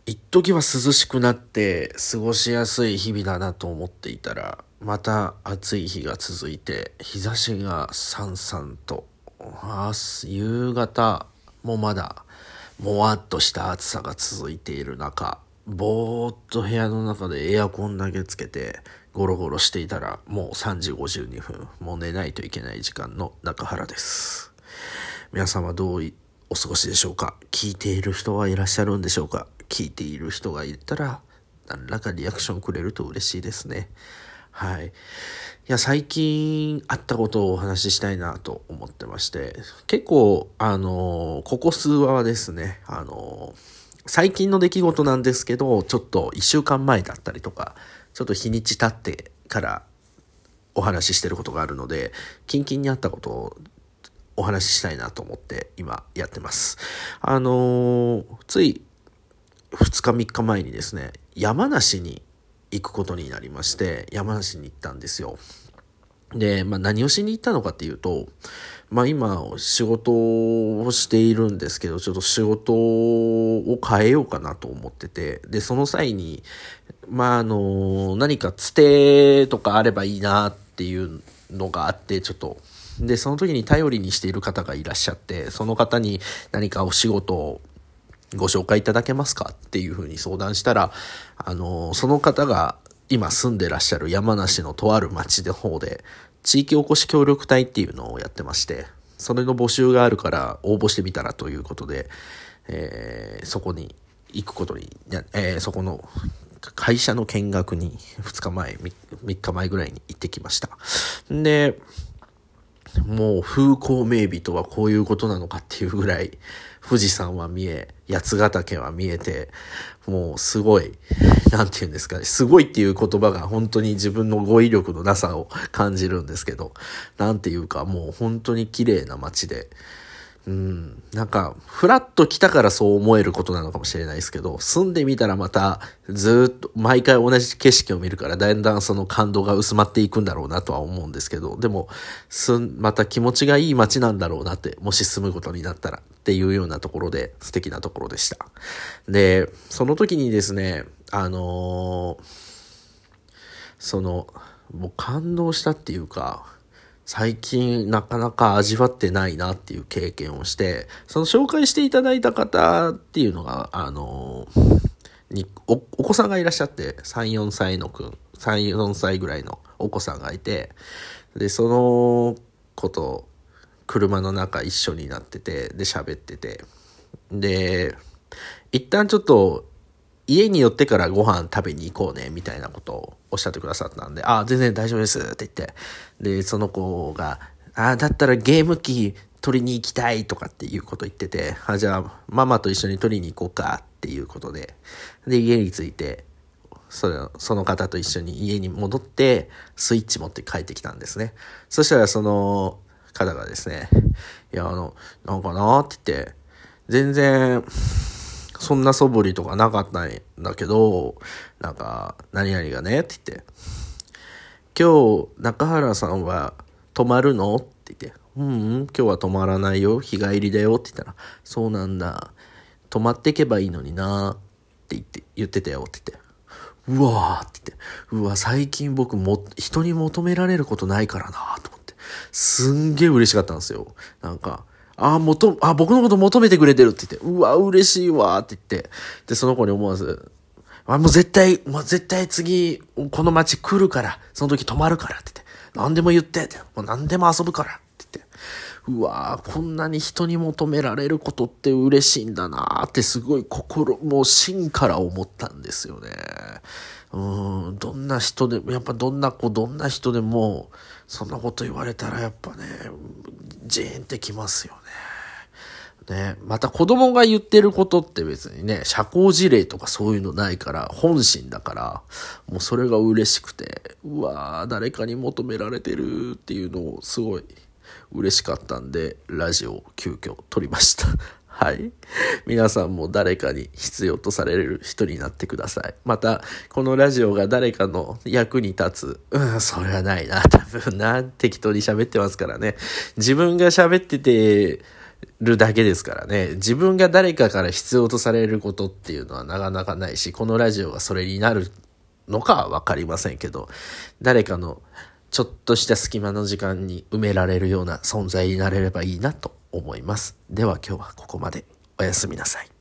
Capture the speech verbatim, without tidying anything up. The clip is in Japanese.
一時は涼しくなって過ごしやすい日々だなと思っていたら、また暑い日が続いて、日差しがさんさんと、あ夕方もまだもわっとした暑さが続いている中、ぼーっと部屋の中でエアコンだけつけてゴロゴロしていたら、もうさんじごじゅうにふん、もう寝ないといけない時間の中原です。皆様どうお過ごしでしょうか。聞いている人はいらっしゃるんでしょうか。聞いている人がいたら何らかリアクションくれると嬉しいですね。はい。いや、最近あったことをお話ししたいなと思ってまして、結構、あの、ここ数話はですね、あの、最近の出来事なんですけど、ちょっといっしゅうかんまえだったりとか、ちょっと日にち経ってからお話ししてることがあるので、近々にあったことをお話ししたいなと思って今やってます。あのー、ついふつかみっかまえにですね、山梨に行くことになりまして、山梨に行ったんですよ。で、まあ何をしに行ったのかっていうと、まあ今仕事をしているんですけど、ちょっと仕事を変えようかなと思ってて、で、その際に、まああの、何かつてとかあればいいなっていうのがあって、ちょっと、で、その時に頼りにしている方がいらっしゃって、その方に何かお仕事をご紹介いただけますかっていうふうに相談したら、あの、その方が今住んでらっしゃる山梨のとある町の方で、地域おこし協力隊っていうのをやってまして、それの募集があるから応募してみたらということで、えー、そこに行くことに、えー、そこの会社の見学にふつかまえ、みっかまえぐらいに行ってきました。で、もう風光明媚とはこういうことなのかっていうぐらい、富士山は見え、八ヶ岳は見えて、もうすごい、なんていうんですかね、すごいっていう言葉が本当に自分の語彙力のなさを感じるんですけど、なんていうかもう本当に綺麗な街で、うん、なんか、フラッと来たからそう思えることなのかもしれないですけど、住んでみたらまたずっと毎回同じ景色を見るからだんだんその感動が薄まっていくんだろうなとは思うんですけど、でも、すん、また気持ちがいい街なんだろうなって、もし住むことになったらっていうようなところで素敵なところでした。で、その時にですね、あのー、その、もう感動したっていうか、最近なかなか味わってないなっていう経験をして、その紹介していただいた方っていうのが、あの、にお、お子さんがいらっしゃって、さん、よんさいのくん、さん、よんさいぐらいのお子さんがいて、で、その子と車の中一緒になってて、で、喋ってて、で、一旦ちょっと、家に寄ってからご飯食べに行こうね、みたいなことをおっしゃってくださったんで、ああ、全然大丈夫ですって言って、で、その子が、ああ、だったらゲーム機取りに行きたいとかっていうこと言ってて、あじゃあ、ママと一緒に取りに行こうかっていうことで、で、家に着いて、それ、その方と一緒に家に戻って、スイッチ持って帰ってきたんですね。そしたらその方がですね、いや、あの、なんかなーって言って、全然、そんな素振りとかなかったんだけど、なんか、何々がね、って言って、今日、中原さんは泊まるのって言って、うん、うん、今日は泊まらないよ、日帰りだよって言ったら、そうなんだ、泊まってけばいいのにな、って言って、言ってたよって言って、うわーって言って、うわ、最近僕も、人に求められることないからな、と思って、すんげえ嬉しかったんですよ。なんか、あ、もと、あ、僕のこと求めてくれてるって言って、うわ、嬉しいわって言って、で、その子に思わず、あ、もう絶対、もう絶対次、この街来るから、その時泊まるからって言って、何でも言ってって、もう何でも遊ぶからって言って、うわーこんなに人に求められることって嬉しいんだなーってすごい心、もう芯から思ったんですよね。うーん、どんな人でも、やっぱどんな子、どんな人でも、そんなこと言われたらやっぱね、ジーンってきますよね。ね、また子供が言ってることって別にね、社交辞令とかそういうのないから、本心だから、もうそれが嬉しくて、うわー誰かに求められてるっていうのをすごい嬉しかったんで、ラジオを急遽撮りました。はい。皆さんも誰かに必要とされる人になってください。また、このラジオが誰かの役に立つ。うん、それはないな。多分な、適当に喋ってますからね。自分が喋ってて、 るだけですからね。自分が誰かから必要とされることっていうのはなかなかないし、このラジオがそれになるのかはわかりませんけど、誰かのちょっとした隙間の時間に埋められるような存在になれればいいなと思います。では今日はここまで。おやすみなさい。